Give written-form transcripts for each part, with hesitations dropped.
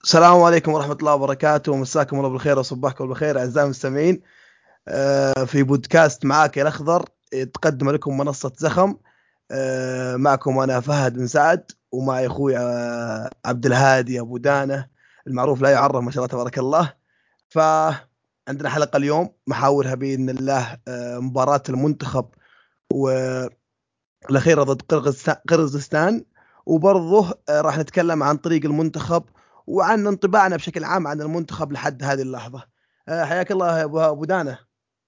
السلام عليكم ورحمة الله وبركاته، مساكم الله بالخير وصباحكم بالخير أعزائي المستمعين. في بودكاست معاك يا الأخضر تقدم لكم منصة زخم. معكم أنا فهد بن سعد ومعي أخوي عبد الهادي أبو دانة المعروف لا يعرف ما شاء الله تبارك الله. فعندنا حلقة اليوم محاورها بإذن الله مباراة المنتخب والأخيرة ضد قرغيزستان. وبرضه راح نتكلم عن طريق المنتخب وعن انطباعنا بشكل عام عن المنتخب لحد هذه اللحظة. حياك الله يا أبو دانة.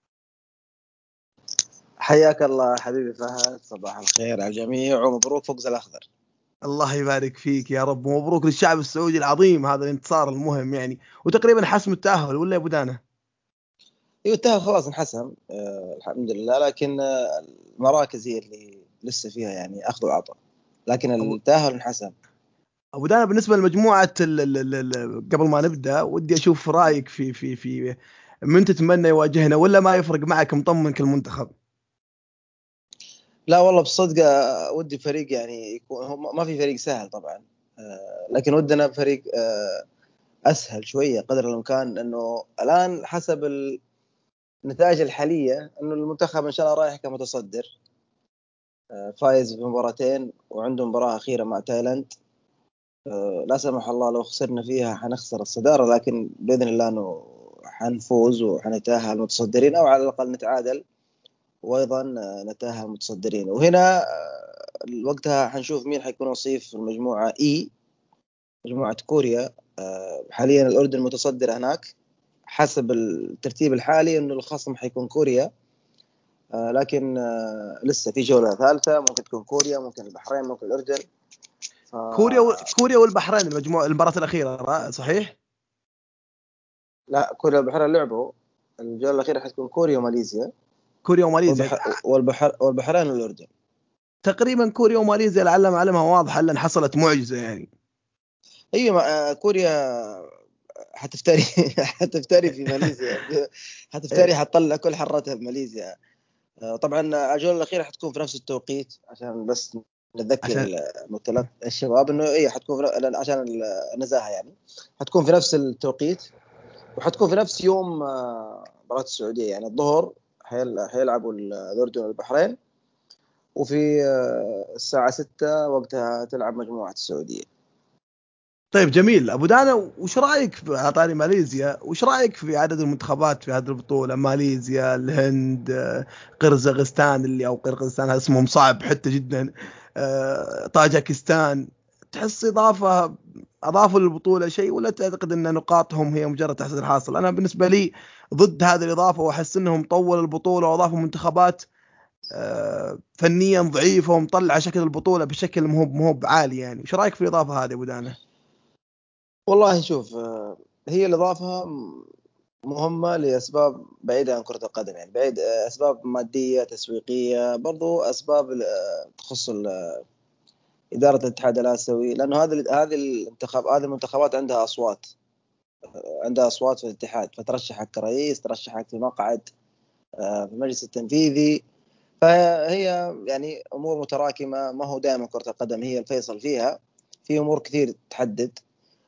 حياك الله حبيبي فهد، صباح الخير على الجميع ومبروك فوز الأخضر. الله يبارك فيك يا رب، ومبروك للشعب السعودي العظيم هذا الانتصار المهم يعني، وتقريبا حسم التأهل ولا يا أبو دانة؟ ايوه التأهل خلاص انحسم، الحمد لله. لكن المراكز هي اللي لسه فيها يعني أخذ وعطاء، لكن أبو التأهل انحسم. أبو دانة، بالنسبة لمجموعة قبل ما نبدأ ودي أشوف رأيك في من تتمنى يواجهنا، ولا ما يفرق معك مطمنك المنتخب؟ لا والله بالصدق، ودي فريق يعني يكون ما في فريق سهل طبعا، لكن ودنا بفريق أسهل شوية قدر الإمكان، إنه الآن حسب النتائج الحالية إنه المنتخب إن شاء الله رايح كمتصدر، فايز بمباراتين وعنده مباراة أخيرة مع تايلاند. لا سمح الله لو خسرنا فيها حنخسر الصدارة، لكن بإذن الله أنه حنفوز وحنتأهل متصدرين، أو على الأقل نتعادل وأيضا نتأهل متصدرين. وهنا وقتها حنشوف مين حيكون وصيف المجموعة إي، مجموعة كوريا. حاليا الأردن متصدر هناك حسب الترتيب الحالي، أنه الخصم حيكون كوريا، لكن لسه في جولة ثالثة، ممكن تكون كوريا، ممكن البحرين، ممكن الأردن. ف... كوريا والبحرين المباراة الأخيرة صحيح؟ لا، كوريا والبحرين لعبوا، الجولة الأخيرة حتكون كوريا وماليزيا، كوريا وماليزيا. والبحرين والأردن. تقريبا كوريا وماليزيا لعل معلمها واضحة لأن حصلت معجزة يعني. أيوة، كوريا حتفتري حتفتري في ماليزيا، إيه، حتفتري، حتطلع كل حرتها بماليزيا. طبعا الجولة الأخيرة حتكون في نفس التوقيت، عشان بس نذكر عشان الشباب إنه إيه حتكون عشان النزاهة يعني. حتكون في نفس التوقيت، وحتكون في نفس يوم مباراة السعودية، يعني الظهر حيلعبوا الأردن والبحرين، وفي الساعة 6 وقتها تلعب مجموعة السعودية. طيب جميل أبو دانا، وش رأيك في عطاري ماليزيا؟ وش رأيك في عدد المنتخبات في هذه البطولة؟ ماليزيا، الهند، قرغيزستان أو قرغيزستان، هذا اسمهم صعب حتى جدا، طاجكستان. تحس أضافوا للبطولة شيء، ولا تعتقد أن نقاطهم هي مجرد تحصيل حاصل؟ أنا بالنسبة لي ضد هذه الإضافة، وأحس أنهم طولوا البطولة وأضافوا منتخبات فنيا ضعيفة ومطلع شكل البطولة بشكل مهوب عالي يعني. وش رأيك في الإضافة هذه أبو دانا؟ والله شوف، هي الإضافة مهمة لأسباب بعيدة عن كرة القدم، يعني بعيد، أسباب مادية تسويقية، برضو أسباب تخص إدارة الاتحاد الآسيوي، لأنه هذه المنتخبات عندها أصوات، في الاتحاد، فترشحك كرئيس، ترشحك في مقعد في المجلس التنفيذي. فهي يعني أمور متراكمة، ما هو دائما كرة القدم هي الفيصل فيها، في أمور كثير تحدد.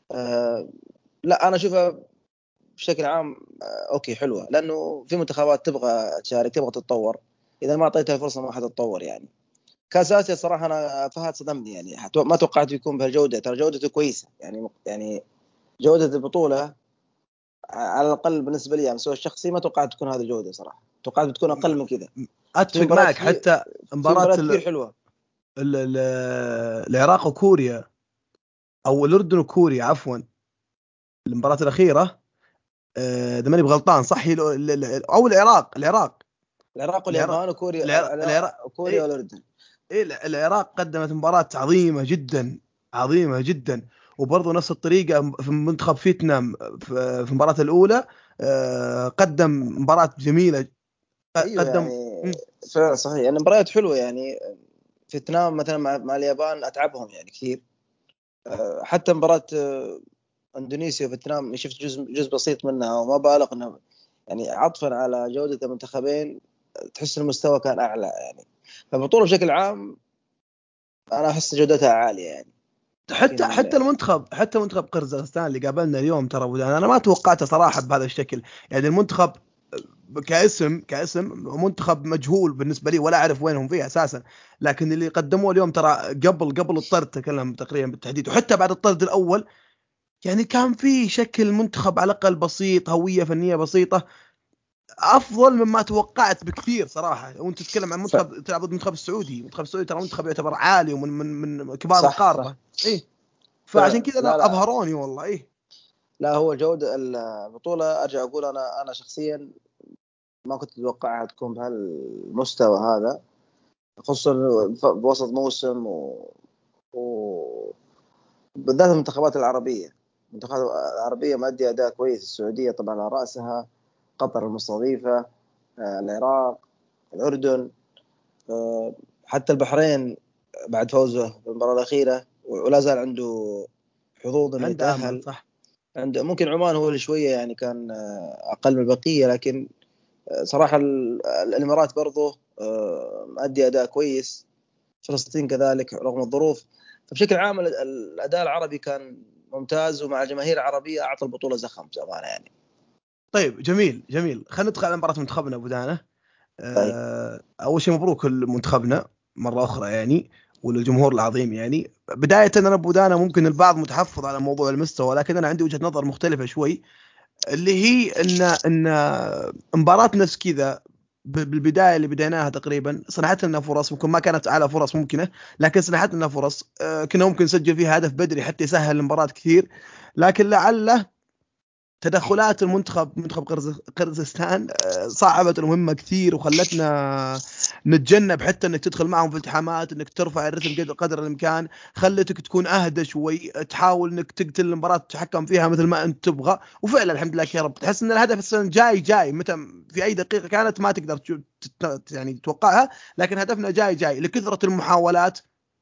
لا أنا أشوفها بشكل عام أوكي حلوة، لأنه في منتخبات تبغى تشارك، تبغى تتطور، إذا ما أعطيتها فرصة ما حتتطور يعني. كأس آسيا صراحة أنا فهد صدمني، يعني ما توقعت يكون بهالجودة، ترى جودته كويسة يعني جودة البطولة على الأقل بالنسبة لي على المستوى الشخصي ما توقعت تكون هذه الجودة صراحة، توقعت بتكون أقل من كذا. في اتفق مباريات معك. كثير حتى في مباراة مباريات كثير حلوة. ال ال العراق وكوريا، او الاردن وكوريا عفوا، المباراة الأخيرة، اذا ماني بغلطان صح، هي او العراق العراق العراق واليابان وكوريا، العراق كوريا إيه والأردن. إيه العراق قدمت مباراة عظيمة جدا، عظيمة جدا. وبرضه نفس الطريقة في منتخب فيتنام في المباراة الأولى، قدم مباراة جميلة. أيوة قدم. يعني فعلا صحيح، يعني مباريات حلوة يعني. فيتنام مثلا مع اليابان أتعبهم يعني كثير. حتى مباراة اندونيسيا وفيتنام شفت جزء بسيط منها، وما بالغ انه يعني عطفا على جودة المنتخبين تحس المستوى كان اعلى يعني. فالبطولة بشكل عام انا احس جودتها عالية يعني. حتى المنتخب، حتى منتخب قرغيزستان اللي قابلنا اليوم ترى انا ما توقعته صراحه بهذا الشكل. يعني المنتخب كاسم منتخب مجهول بالنسبه لي، ولا اعرف وينهم فيه اساسا، لكن اللي قدموه اليوم ترى قبل الطرد تكلم تقريبا بالتحديد، وحتى بعد الطرد الاول يعني كان في شكل منتخب على الاقل بسيط، هويه فنيه بسيطه، افضل مما توقعت بكثير صراحه. وانت تتكلم عن منتخب تلعب ضد المنتخب السعودي، المنتخب السعودي ترى منتخب يعتبر عالي ومن من كبار القاره. ايه فعشان كذا لا ابهروني والله. ايه لا، هو جودة البطولة أرجع أقول أنا شخصيا ما كنت أتوقعها تكون بهالمستوى هذا، خصوصا بوسط موسم بالذات المنتخبات العربية. المنتخبات العربية مادية أداء كويس، السعودية طبعا على رأسها، قطر المستضيفة، العراق، الأردن، حتى البحرين بعد فوزه بالمباراة الأخيرة ولا زال عنده حظوظ إنه عنده امل يتأهل. صح. عنده ممكن عمان هو اللي شوية يعني كان أقل من البقية، لكن صراحة الإمارات برضو مؤدي أداء كويس، فلسطين كذلك رغم الظروف. فبشكل عام الأداء العربي كان ممتاز، ومع الجماهير العربية أعطى البطولة زخم بأمانة يعني. طيب جميل خلينا ندخل على مباراة منتخبنا أبو دانة. طيب أول شيء مبروك لمنتخبنا مرة أخرى يعني، وللجمهور العظيم يعني. بداية أنا أبو دانة ممكن البعض متحفظ على موضوع المستوى، لكن أنا عندي وجهة نظر مختلفة شوي، اللي هي ان مباراه نفس كذا بالبدايه اللي بديناها تقريبا صنعت لنا فرص، ممكن ما كانت اعلى فرص ممكنه، لكن صنعت لنا فرص. كنا ممكن نسجل فيها هدف بدري حتى يسهل المباراه كثير، لكن لعله تدخلات منتخب قرغيزستان صعبت المهمة كثير، وخلتنا نتجنب حتى انك تدخل معهم في التحامات، انك ترفع الرتم قدر الامكان، خلتك تكون اهدى شوي، تحاول انك تقتل المباراة تتحكم فيها مثل ما انت تبغى. وفعلا الحمد لله يا رب تحس ان الهدف السنة جاي متى في اي دقيقة كانت ما تقدر يعني تتوقعها، لكن هدفنا جاي لكثرة المحاولات.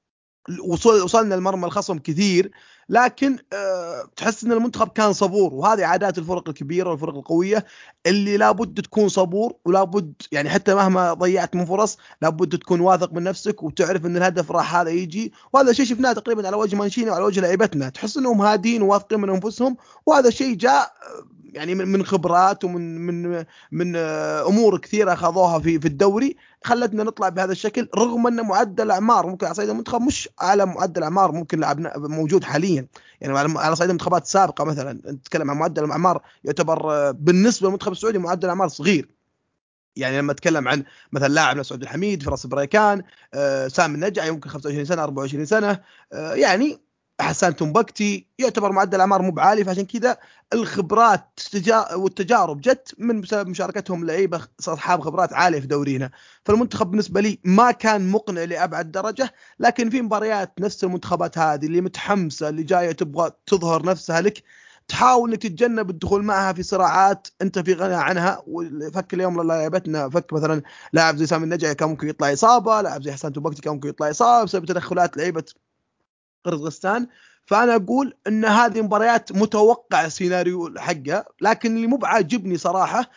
وصلنا المرمى الخصم كثير، لكن تحس ان المنتخب كان صبور، وهذه عادات الفرق الكبيره والفرق القويه، اللي لابد تكون صبور، ولابد يعني حتى مهما ضيعت من فرص لابد تكون واثق من نفسك، وتعرف ان الهدف راح هذا يجي. وهذا الشيء شفناه تقريبا على وجه مانشيني وعلى وجه لعيبتنا، تحس انهم هادين وواثقين من انفسهم، وهذا الشيء جاء يعني من خبرات ومن امور كثيره اخذوها في الدوري، خلتنا نطلع بهذا الشكل، رغم ان معدل اعمار ممكن على صعيد المنتخب مش اعلى معدل اعمار ممكن لعبنا موجود حاليا. يعني على صعيد المنتخبات السابقه مثلا نتكلم عن معدل الاعمار يعتبر بالنسبه للمنتخب السعودي معدل اعمار صغير. يعني لما اتكلم عن مثلا لاعب نفس عبد الحميد، فراس بريكان، سام النجعي يمكن 25 سنه 24 سنه، يعني حسان تنبكتي يعتبر معدل اعمار مو بعالي. فعشان كذا الخبرات والتجارب جت من بسبب مشاركتهم لعيبه اصحاب خبرات عاليه في دورينا. فالمنتخب بالنسبه لي ما كان مقنع لابعد درجه، لكن في مباريات نفس المنتخبات هذه اللي متحمسه اللي جايه تبغى تظهر نفسها لك، تحاول انك تتجنب الدخول معها في صراعات انت في غنى عنها. وفك اليوم لعبتنا فك مثلا لاعب زي سامي النجعي كان ممكن يطلع اصابه، لاعب زي حسان توبكتي كان ممكن يطلع اصابه بسبب تدخلات لعيبه قرغيزستان. فانا اقول ان هذه مباريات متوقع السيناريو حقها، لكن اللي مو بعاجبني صراحه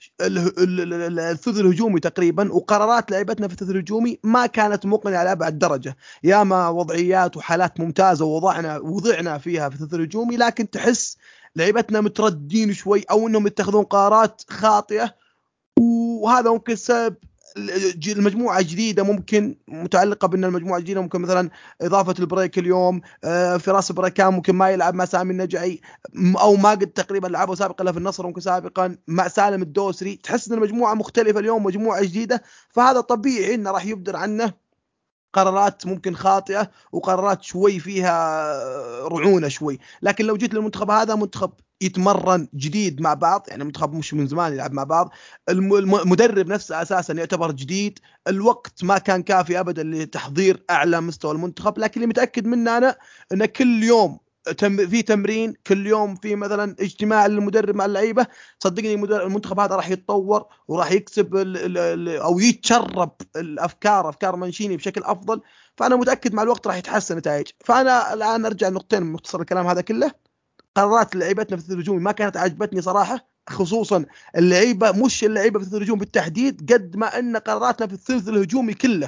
الثلث الهجومي تقريبا، وقرارات لعبتنا في الثلث الهجومي ما كانت مقنعه لأبعد درجه. ياما وضعيات وحالات ممتازه وضعنا فيها في الثلث الهجومي، لكن تحس لعبتنا متردين شوي او انهم يتخذون قرارات خاطئه، وهذا ممكن سبب المجموعه جديده، ممكن متعلقه بان المجموعه الجديده ممكن مثلا اضافه البريك اليوم، فراس بركان ممكن ما يلعب مع سامي النجعي، او ما قد تقريبا لعبه سابقا الا في النصر، ممكن سابقا مع سالم الدوسري. تحس ان المجموعه مختلفه اليوم، مجموعه جديده، فهذا طبيعي انه راح يبدر عنه قرارات ممكن خاطئة، وقرارات شوي فيها رعونة شوي. لكن لو جيت للمنتخب هذا منتخب يتمرن جديد مع بعض، يعني منتخب مش من زمان يلعب مع بعض، المدرب نفسه أساسا يعتبر جديد، الوقت ما كان كافي أبدا لتحضير أعلى مستوى المنتخب. لكن اللي متأكد منه أنا أن كل يوم في تمرين، كل يوم في مثلا اجتماع للمدرب مع اللعيبه، صدقني المنتخب هذا راح يتطور وراح يكسب او يتشرب افكار مانشيني بشكل افضل. فانا متاكد مع الوقت راح يتحسن نتائج. فانا الان ارجع لنقطتين من مختصر الكلام هذا كله. قرارات لعيبتنا في الثلث الهجومي ما كانت عجبتني صراحه، خصوصا اللعيبه، مش اللعيبه في الثلث الهجومي بالتحديد قد ما ان قراراتنا في الثلث الهجومي كله.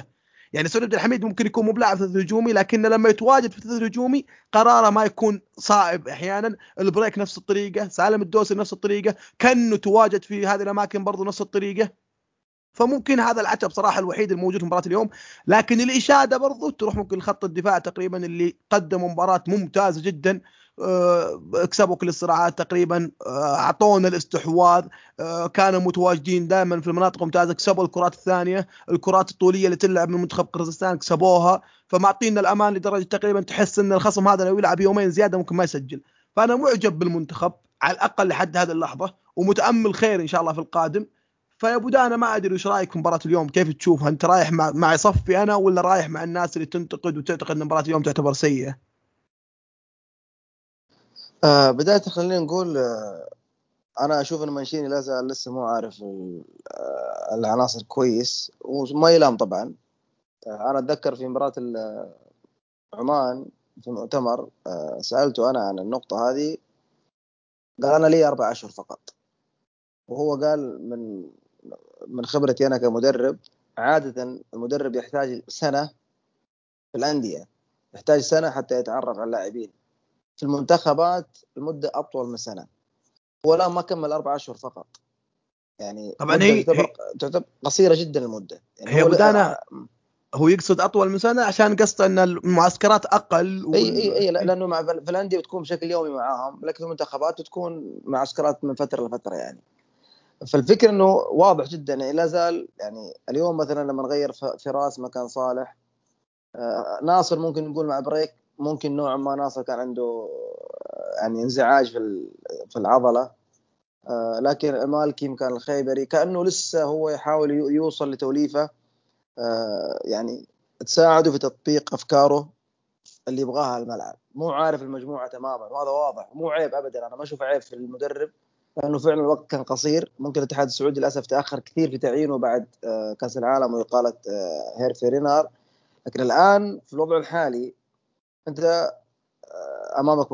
يعني سعود عبد الحميد ممكن يكون مو بلاعب ثلاثي هجومي، لكن لما يتواجد في ثلاثي هجومي قراره ما يكون صائب. احيانا البريك نفس الطريقه، سالم الدوسري نفس الطريقه، كانه تواجد في هذه الاماكن برضو نفس الطريقه. فممكن هذا العتب صراحه الوحيد الموجود في مباراه اليوم. لكن الاشاده برضو تروح ممكن خط الدفاع تقريبا اللي قدم مباراه ممتازه جدا. اكسبوا كل الصراعات تقريبا، اعطونا الاستحواذ، كانوا متواجدين دائما في المناطق الممتازه، كسبوا الكرات الثانيه، الكرات الطوليه اللي تلعب من منتخب قرغيزستان كسبوها. فمعطينا الامان لدرجه تقريبا تحس ان الخصم هذا لو يلعب يومين زياده ممكن ما يسجل. فانا معجب بالمنتخب على الاقل لحد هذه اللحظه، ومتامل خير ان شاء الله في القادم. فيا ابو دانا ما ادري وش رايك في مباراه اليوم؟ كيف تشوفها انت؟ رايح مع صفي انا، ولا رايح مع الناس اللي تنتقد وتعتقد ان مباراه اليوم تعتبر سيئه؟ بداية خلينا نقول أنا أشوف إن مانشيني لا زال لسه مو عارف العناصر كويس، وما يلام طبعا. أنا أتذكر في مباراة عمان في المؤتمر سألته أنا عن النقطة هذه، قال أنا لي 4 أشهر فقط. وهو قال من خبرتي أنا كمدرب، عادة المدرب يحتاج سنة في الأندية، يحتاج سنة حتى يتعرف على اللاعبين. في المنتخبات المدة أطول من سنة، ولا ما كمل 4 أشهر فقط. يعني طبعا مدة هي تعتبر قصيرة جدا المدة. يعني هي ابو دانا، هو يقصد اطول من سنه عشان قصده ان المعسكرات اقل اي لانه مع فنلندا بتكون بشكل يومي معاهم، لكن المنتخبات بتكون معسكرات من فتره لفتره يعني. فالفكره انه واضح جدا يعني لا زال. يعني اليوم مثلا لما نغير فراس مكان صالح، ناصر ممكن نقول مع بريك ممكن نوعا ما ناصر كان عنده يعني انزعاج في العضله، لكن مالكي مكان الخيبري كانه لسه هو يحاول يوصل لتوليفه يعني تساعده في تطبيق افكاره اللي يبغاها الملعب. مو عارف المجموعه تماما، وهذا واضح. مو عيب ابدا، انا ما اشوف عيب في المدرب، لانه فعلا الوقت كان قصير. ممكن الاتحاد السعودي للاسف تاخر كثير في تعيينه بعد كاس العالم واقاله هيرفي رينار. لكن الان في الوضع الحالي انت امامك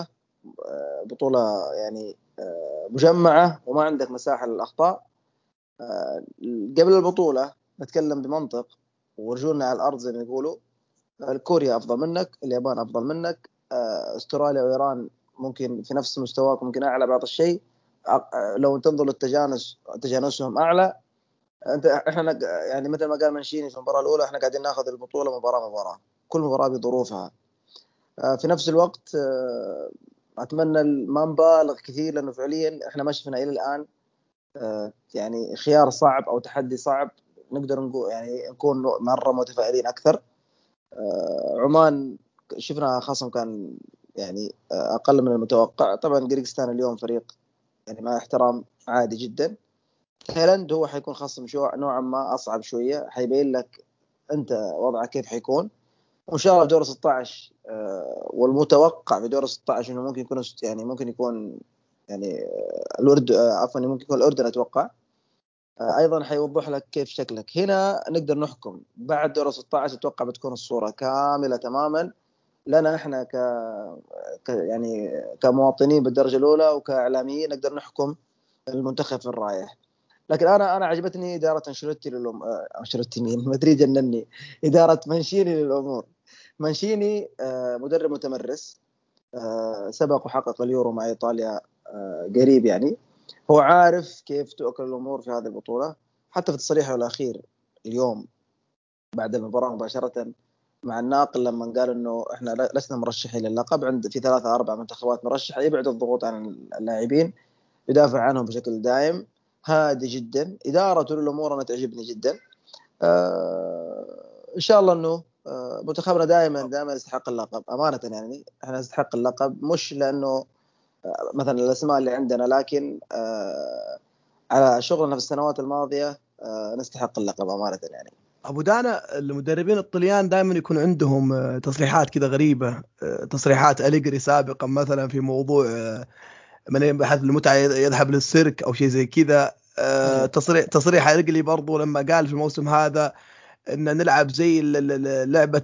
بطوله يعني مجمعه، وما عندك مساحه للاخطاء. قبل البطوله نتكلم بمنطق ورجولنا على الارض زي ما يقولوا. كوريا افضل منك، اليابان افضل منك، استراليا وايران ممكن في نفس مستواك، ممكن اعلى بعض الشيء. لو تنظر للتجانس تجانسهم اعلى. احنا يعني مثل ما قال منشيني في المباراه الاولى، احنا قاعدين ناخذ البطوله مباراه، كل مباراه بظروفها. في نفس الوقت اتمنى ما نبالغ كثير، لانه فعليا احنا ما شفنا الى الان يعني خيار صعب او تحدي صعب نقدر نقول يعني نكون مره متفائلين اكثر. عمان شفنا خصم كان يعني اقل من المتوقع. طبعا قرقستان اليوم فريق يعني مع احترام عادي جدا. تايلاند هو حيكون خصم نوعا ما اصعب شويه، حيبين لك انت وضعك كيف حيكون. وان شاء الله دور 16 والمتوقع في دور 16 انه ممكن يكون يعني ممكن يكون يعني الاردن عفوا ممكن يكون الاردن اتوقع. ايضا حيوضح لك كيف شكلك. هنا نقدر نحكم بعد دور 16. اتوقع بتكون الصوره كامله تماما لنا احنا يعني كمواطنين بالدرجه الاولى وكاعلاميين نقدر نحكم المنتخب في الرايح. لكن انا عجبتني اداره انشيلوتي انشيلوتي مين مدري جنني اداره مانشيني للامور. مانشيني مدرب متمرس، سبق وحقق اليورو مع ايطاليا قريب يعني. هو عارف كيف تؤكل الامور في هذه البطوله. حتى في تصريحه الاخير اليوم بعد المباراه مباشره مع الناقل، لما قال انه احنا لسنا مرشحين للقب، عند في 3-4 منتخبات مرشحه، يبعد الضغوط عن اللاعبين، يدافع عنهم بشكل دائم، هادي جدا. ادارته للامور انا تعجبني جدا. ان شاء الله انه منتخبنا دائما يستحق اللقب امانه. يعني احنا نستحق اللقب، مش لانه مثلا الاسماء اللي عندنا، لكن على شغلنا في السنوات الماضيه نستحق اللقب امانه يعني. ابو دانا، المدربين الطليان دائما يكون عندهم تصريحات كذا غريبه، تصريحات أليجري سابقا مثلا في موضوع من يبحث المتعه يذهب للسيرك او شيء زي كذا. تصريح أليجري برضو لما قال في الموسم هذا ان نلعب زي لعبه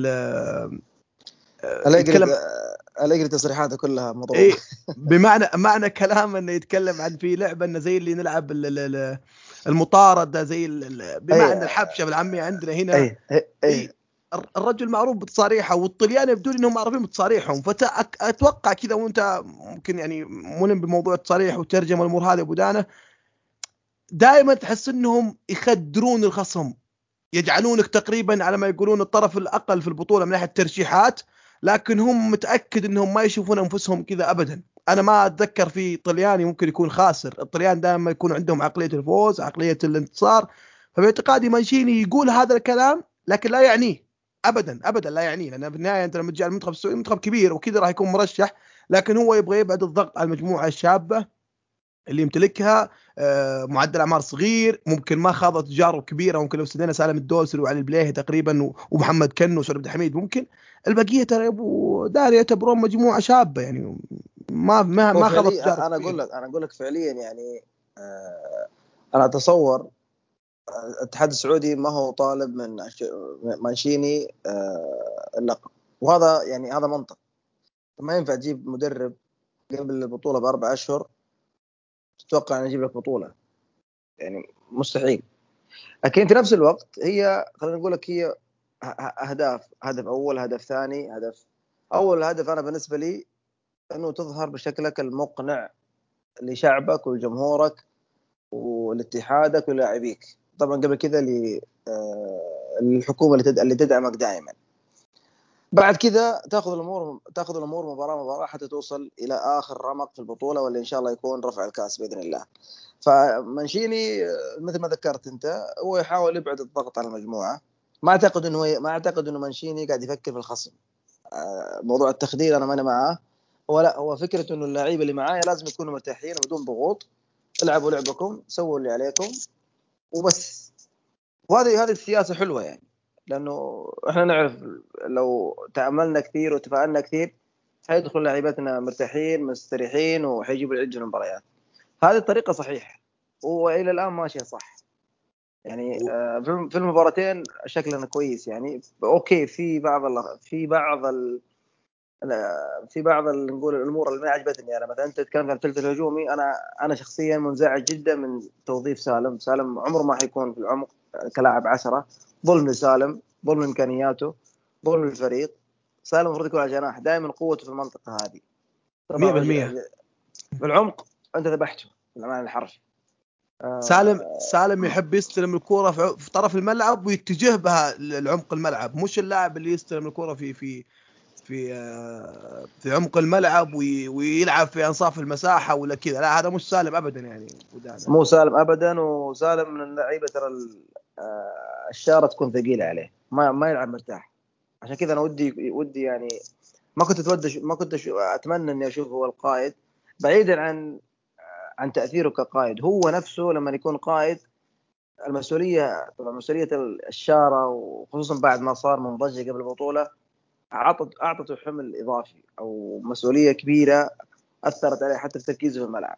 يتكلم أليجري تصريحاته كلها مضروبه. ايه، بمعنى كلام انه يتكلم عن في لعبه انه زي اللي نلعب المطارده زي بما ان اي الحبشه بالعاميه عندنا هنا. اي اي, اي أي. الرجل معروف بتصاريحه، والطليان يبدو لي انهم معروفين بتصاريحهم، فاتوقع كذا. وانت ممكن يعني ملم بموضوع التصاريح والترجمه والامور هذه ابو دانه، دائما تحس انهم يخدرون الخصم، يجعلونك تقريبا على ما يقولون الطرف الاقل في البطوله من ناحيه الترشيحات، لكن هم متاكد انهم ما يشوفون انفسهم كذا ابدا. انا ما اتذكر في طلياني ممكن يكون خاسر. الطليان دائما يكون عندهم عقليه الفوز، عقليه الانتصار. فباعتقادي مانشيني يقول هذا الكلام لكن لا يعنيه ابدا ابدا، لا يعنيه، لان في النهايه انت لما تجي على المنتخب السعودي منتخب كبير وكذا راح يكون مرشح، لكن هو يبغى يبعد الضغط على المجموعه الشابه اللي يمتلكها. معدل اعمار صغير، ممكن ما خاضت تجارب كبيره. ممكن لو استدينا سالم الدوسري وعلي البليهي تقريبا ومحمد كنو وسعود عبد الحميد، ممكن البقيه ترى ابو داري يعتبرون مجموعه شابه يعني، هو ما خاضت فعليا تجارب انا كبيره. اقول لك فعليا يعني انا اتصور الاتحاد السعودي ما هو طالب من مانشيني اللقب، وهذا يعني هذا منطق. ما ينفع تجيب مدرب قبل البطوله باربع اشهر تتوقع ان يجيب لك بطوله، يعني مستحيل. لكن في نفس الوقت هي خلينا نقول لك هي اهداف، هدف اول، هدف ثاني، هدف اول. هدف انا بالنسبه لي انه تظهر بشكلك المقنع لشعبك ولجمهورك ولاتحادك ولاعبيك، طبعا قبل كذا للحكومه اللي تدعمك دائما. بعد كذا تاخذ الامور مباراه حتى توصل الى اخر رمق في البطوله، واللي ان شاء الله يكون رفع الكاس باذن الله. فمانشيني مثل ما ذكرت انت هو يحاول يبعد الضغط على المجموعه. ما اعتقد انه مانشيني قاعد يفكر في الخصم. موضوع التخدير انا ماني معاه. هو فكره انه اللعيبه اللي معايا لازم يكونوا مرتاحين وبدون ضغوط، العبوا لعبكم، سووا اللي عليكم وبس. وهذه السياسه حلوه يعني، لانه احنا نعرف لو تاملنا كثير وتفائلنا كثير حيدخل لعيبتنا مرتاحين مستريحين وحيجيبوا العج المباريات. هذه الطريقه صحيحه والى الان ماشيه صح يعني. في المباراتين شكلنا كويس يعني. اوكي في بعض نقول الامور اللي ما عجبتني. انا مثلا انت تتكلم عن الثلث الهجومي، انا شخصيا منزعج جدا من توظيف سالم عمره ما حيكون في العمق كلاعب 10. ظلم لسالم، ظلم امكانياته، ظلم للفريق. سالم المفروض يكون على جناح دائما، قوته في المنطقه هذه. طبعا 100%. في العمق انت ذبحته بالمعنى الحرفي. سالم يحب يستلم الكرة في طرف الملعب ويتجه بها لعمق الملعب، مش اللاعب اللي يستلم الكرة في عمق الملعب ويلعب في انصاف المساحه ولا كذا. لا، هذا مش سالم ابدا يعني. مو سالم ابدا. وسالم من اللعيبه ترى الشاره تكون ثقيله عليه، ما يلعب مرتاح. عشان كذا انا ودي يعني ما كنت اتمنى اني اشوفه هو القائد، بعيدا عن تاثيره كقائد. هو نفسه لما يكون قائد المسؤوليه، طبعا مسؤوليه الشاره، وخصوصا بعد ما صار منضج قبل البطوله، اعطته حمل اضافي او مسؤوليه كبيره اثرت عليه حتى في تركيزه في الملعب.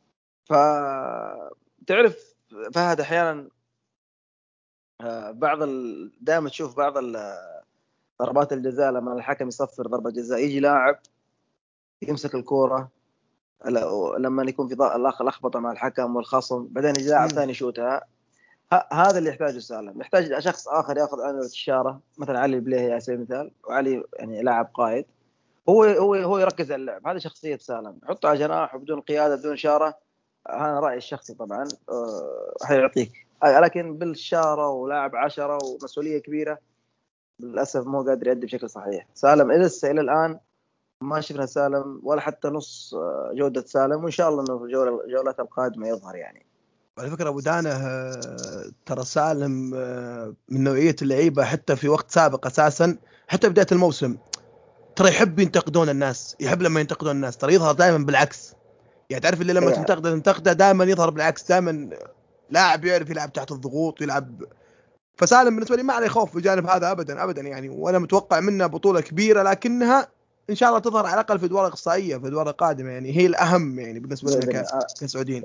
فتعرف فهد احيانا دائما تشوف بعض ضربات الجزاء لما الحكم يصفر ضربه جزاء، يجي لاعب يمسك الكوره لما يكون في لخبطه مع الحكم والخصم، بعدين يجي لاعب ثاني يشوتها. هذا اللي يحتاجه سالم. يحتاج شخص اخر ياخذ عنه الاشاره، مثلا علي البليهي على سبيل المثال. وعلي يعني لاعب قائد، هو يركز على اللعب. هذه شخصيه سالم، يحطه على جناح وبدون قياده بدون اشاره. انا رايي الشخصي طبعا حيعطيك، لكن بالشاره ولاعب 10 ومسؤوليه كبيره للاسف مو قادر يؤدي بشكل صحيح. سالم لسه الى الان ما شفنا سالم ولا حتى نص جوده سالم، وان شاء الله انه في الجولات القادمه يظهر يعني. على فكره ابو دانه، ترى سالم من نوعيه اللعيبه حتى في وقت سابق اساسا، حتى بدايه الموسم ترى يحب ينتقدون الناس، يحب لما ينتقدون الناس ترى يظهر دائما بالعكس. يعني تعرف اللي لما تنتقده دائما يظهر بالعكس، دائما لاعب يعرف يلعب تحت الضغوط ويلعب. فسالم بالنسبه لي ما عليه خوف بجانب هذا ابدا ابدا يعني. وانا متوقع منه بطوله كبيره، لكنها ان شاء الله تظهر على الاقل في ادوار اقصائيه، في ادوار القادمه يعني، هي الاهم يعني بالنسبه لنا كسعوديين.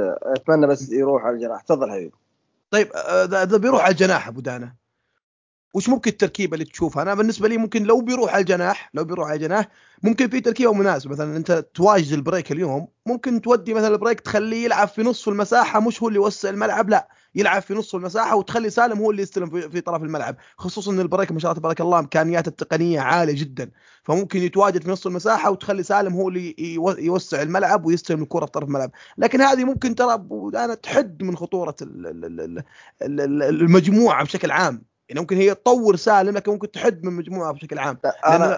اتمنى بس يروح على الجناح. تفضل حبيبي. طيب اذا بيروح على الجناح ابو دانه، وش ممكن التركيبه اللي تشوفها؟ انا بالنسبه لي ممكن لو بيروح على الجناح ممكن في تركيبه مناسبه. مثلا انت تواجد البريك اليوم، ممكن تودي مثلا البريك تخليه يلعب في نصف المساحه، مش هو اللي يوسع الملعب، لا يلعب في نصف المساحه، وتخلي سالم هو اللي يستلم في طرف الملعب، خصوصا ان البريك ما شاء الله تبارك الله امكانياته التقنيه عاليه جدا، فممكن يتواجد في نصف المساحه وتخلي سالم هو اللي يوسع الملعب ويستلم الكره في طرف الملعب. لكن هذه ممكن ترى انا تحد من خطوره المجموعه بشكل عام. يعني ممكن هي تطور سالم، لكن ممكن تحد من مجموعه بشكل عام. لا لان انا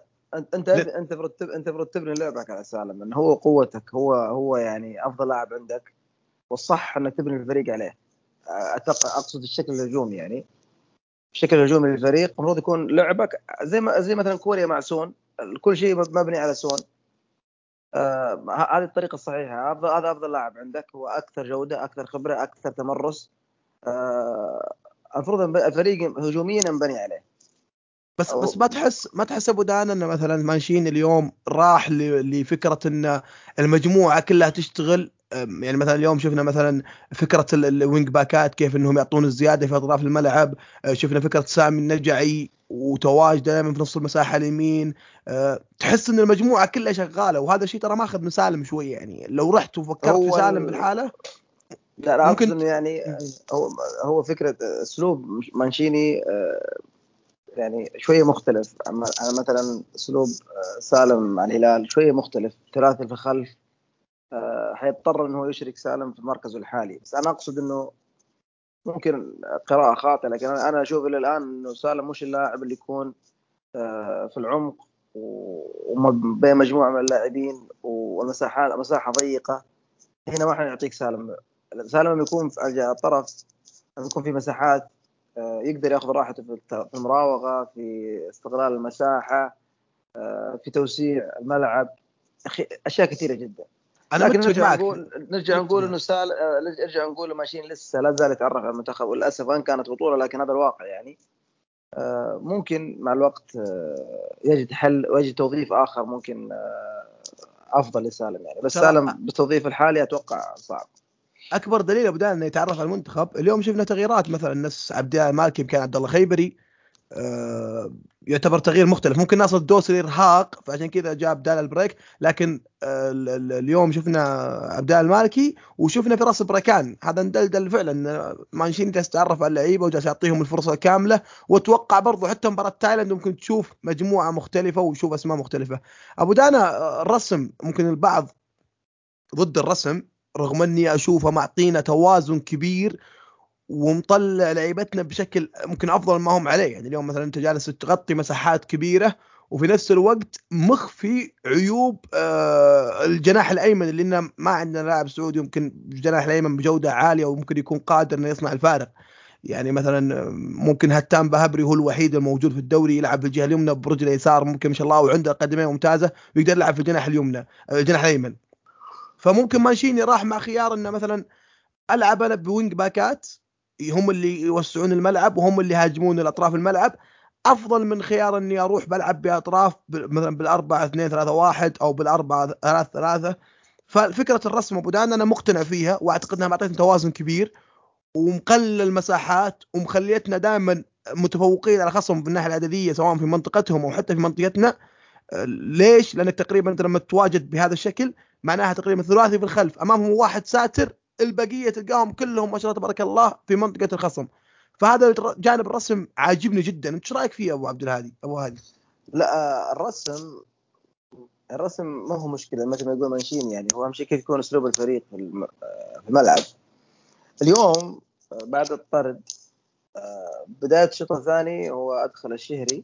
انت تبني لعبك على سالم، انه هو قوتك، هو يعني افضل لاعب عندك، والصح انك تبني الفريق عليه. اقصد الشكل الهجومي، يعني الشكل الهجومي للفريق المفروض يكون لعبك زي مثلا كوريا مع سون، كل شيء مبني على سون. هذه الطريقه الصحيحه. هذا افضل لاعب عندك، هو اكثر جوده، اكثر خبره، اكثر تمرس. المفروض الفريق هجوميا ينبني عليه. بس ما تحس ابو دان ان مثلا مانشيني اليوم راح لفكره ان المجموعه كلها تشتغل. يعني مثلا اليوم شفنا مثلا فكره الوينج باكات كيف انهم يعطون الزياده في اطراف الملعب. شفنا فكره سامي النجعي وتواجد دائما في نص المساحه اليمين. تحس ان المجموعه كلها شغاله، وهذا الشيء ترى ماخذ من سالم شويه. يعني لو رحت وفكرت في هو سالم بالحاله لا اقصد ممكن انه يعني هو هو فكره اسلوب مانشيني يعني شويه مختلف. أنا مثلا اسلوب سالم مع الهلال شويه مختلف، ثلاثي في الخلف. حيضطر انه يشرك سالم في مركزه الحالي. بس انا اقصد انه ممكن قراءه خاطئه، لكن انا اشوف الى الان انه سالم مش اللاعب اللي يكون في العمق وبين مجموعه من اللاعبين مساحه ضيقه. هنا ما حيعطيك سالم. سالم يكون على الطرف، يكون في مساحات، يقدر ياخذ راحته في المراوغه، في استغلال المساحه، في توسيع الملعب، اشياء كثيره جدا. انا لكن متفق معك نرجع نقول انه نرجع نقول ماشين لسه لا زال يتعرف على المنتخب، وللاسف وان كانت بطوله لكن هذا الواقع يعني. ممكن مع الوقت يجد حل ويجد توظيف اخر ممكن افضل لسالم يعني. بس ترى سالم بالتوظيف الحالي اتوقع صعب. اكبر دليل ابو دان انه يتعرف على المنتخب اليوم شفنا تغييرات، مثلا نفس عبد الله مالكي كان عبد الله خيبري. يعتبر تغيير مختلف. ممكن ناس الدوسري ارهاق فعشان كذا جاب بدال البريك، لكن اليوم شفنا عبد الله المالكي وشفنا فراس بركان. هذا ندلدل فعلا مانشيني جالس يتعرف على اللعيبه وجالس يعطيهم الفرصه الكامله. واتوقع برضو حتى مباراه تايلاند ممكن تشوف مجموعه مختلفه وشوف اسماء مختلفه. ابو دانا الرسم ممكن البعض ضد الرسم، رغم اني اشوفه معطينا توازن كبير ومطلع لعيبتنا بشكل ممكن افضل ما هم عليه. يعني اليوم مثلا انت جالس تغطي مساحات كبيره، وفي نفس الوقت مخفي عيوب الجناح الايمن اللي لنا ما عندنا لاعب سعودي يمكن الجناح الايمن بجوده عاليه وممكن يكون قادر انه يصنع الفارق. يعني مثلا ممكن هتان بهبري هو الوحيد الموجود في الدوري يلعب في الجهه اليمنى برجل اليسار ممكن ما شاء الله، وعنده قدمين ممتازه ويقدر يلعب في الجناح اليمنى الجناح الايمن. فممكن مانشيني راح مع خيار انه مثلا العب انا بوينج باكات هم اللي يوسعون الملعب وهم اللي يهاجمون الاطراف الملعب، افضل من خيار اني اروح بلعب باطراف مثلا بالاربعه 2 3 1 او بالاربعه 3 3. ففكره الرسم ابو دان انا مقتنع فيها واعتقد انها معطيتنا توازن كبير ومقلل المساحات ومخليتنا دائما متفوقين على خصم في الناحيه العدديه سواء في منطقتهم او حتى في منطقتنا. ليش؟ لانك تقريبا انت لما تتواجد بهذا الشكل معناها تقريبا ثلاثي في الخلف امامهم واحد ساتر، البقيه تلقاهم كلهم ما شاء الله تبارك الله في منطقه الخصم. فهذا جانب الرسم عاجبني جدا. انت ايش رايك فيه ابو عبد الهادي ابو هادي؟ لا الرسم ما هو مشكله مثل ما يقول مانشيني، يعني هو اهم شيء كيف يكون اسلوب الفريق في الملعب. اليوم بعد الطرد بدايه الشوط الثاني هو ادخل الشهري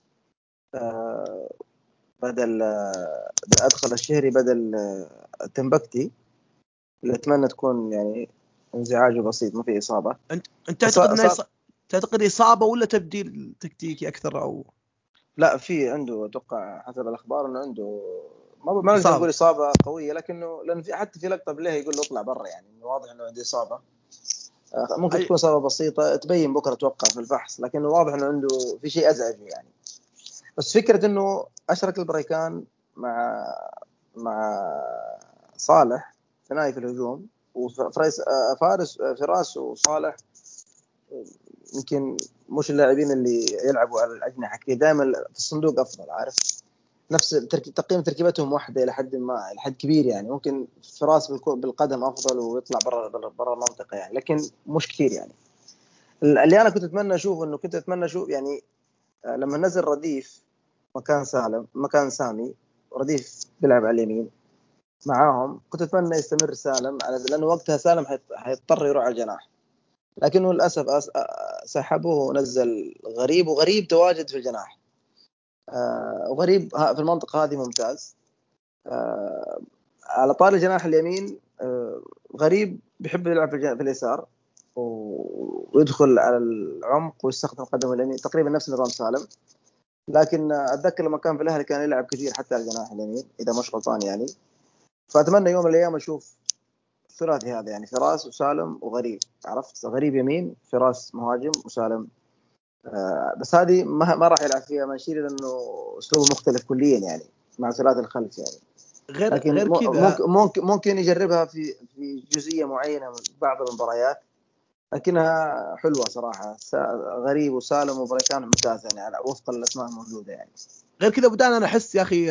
بدل ادخل الشهري بدل التنبكتي، اللي اتمنى تكون يعني انزعاجه بسيط ما في اصابه. انت تعتقد انه تعتقد اصابه ولا تبديل تكتيكي اكثر او لا، في عنده اتوقع حسب الاخبار انه عنده، ما نقدر اصابه؟ نقول اصابه قويه، لكنه لان في حتى في لقطه بالله يقول له اطلع برا، يعني واضح انه عنده اصابه. ممكن أي... تكون اصابه بسيطه تبين بكره اتوقع في الفحص، لكنه واضح انه عنده في شيء ازعجه يعني. بس فكره انه اشرك البريكان مع صالح ثنائي في الهجوم، وفارس فراس وصالح يمكن مش اللاعبين اللي يلعبوا على الأجنحة كثير، دائما في الصندوق أفضل، عارف، نفس تقييم تركيبتهم واحدة إلى حد ما، إلى حد كبير يعني. ممكن فراس بالقدم أفضل ويطلع برا المنطقة يعني، لكن مش كثير يعني. اللي أنا كنت أتمنى أشوف يعني لما نزل رديف مكان سامي، رديف بيلعب على اليمين معاهم، كنت أتمنى يستمر سالم، لأنه وقتها سالم حيضطر يروح على الجناح، لكنه للأسف سحبه ونزل غريب، وغريب تواجد في الجناح. وغريب في المنطقة هذه ممتاز. على طار الجناح اليمين غريب بيحب يلعب في اليسار ويدخل على العمق ويستخدم قدمه اليمين، تقريبا نفس نظام سالم. لكن أتذكر لما كان في الأهلي كان يلعب كثير حتى على الجناح اليمين إذا مش غلطان يعني. فأتمنى يوم من الأيام أشوف الثلاثي هذا يعني، فراس وسالم وغريب، عرفت، غريب يمين، فراس مهاجم، وسالم. بس هذه ما راح يلعب فيها مانشيني لأنه أسلوبه مختلف كليا يعني مع ثلاثي الخلف يعني. لكن غير كذا. ممكن يجربها في جزئية معينة من بعض المباريات، لكنها حلوة صراحة. غريب وسالم وبركان ممتاز يعني على وفق الأسماء الموجودة يعني. غير كذا ابو دان، انا احس يا اخي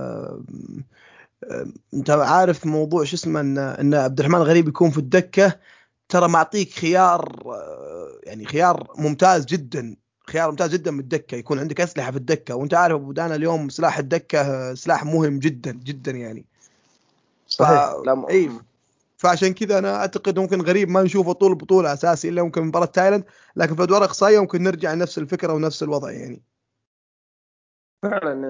انت عارف موضوع شو اسمه ان عبد الرحمن غريب يكون في الدكه، ترى معطيك خيار يعني خيار ممتاز جدا، خيار ممتاز جدا من الدكه، يكون عندك اسلحه في الدكه. وانت عارف ابو دانا اليوم سلاح الدكه سلاح مهم جدا جدا يعني. ف صحيح. لا اي فعشان كذا انا اعتقد ممكن غريب ما نشوفه طول البطوله اساسي الا ممكن مباراه تايلاند، لكن في الادوار الاقصائيه ممكن نرجع لنفس الفكره ونفس الوضع يعني. فعلا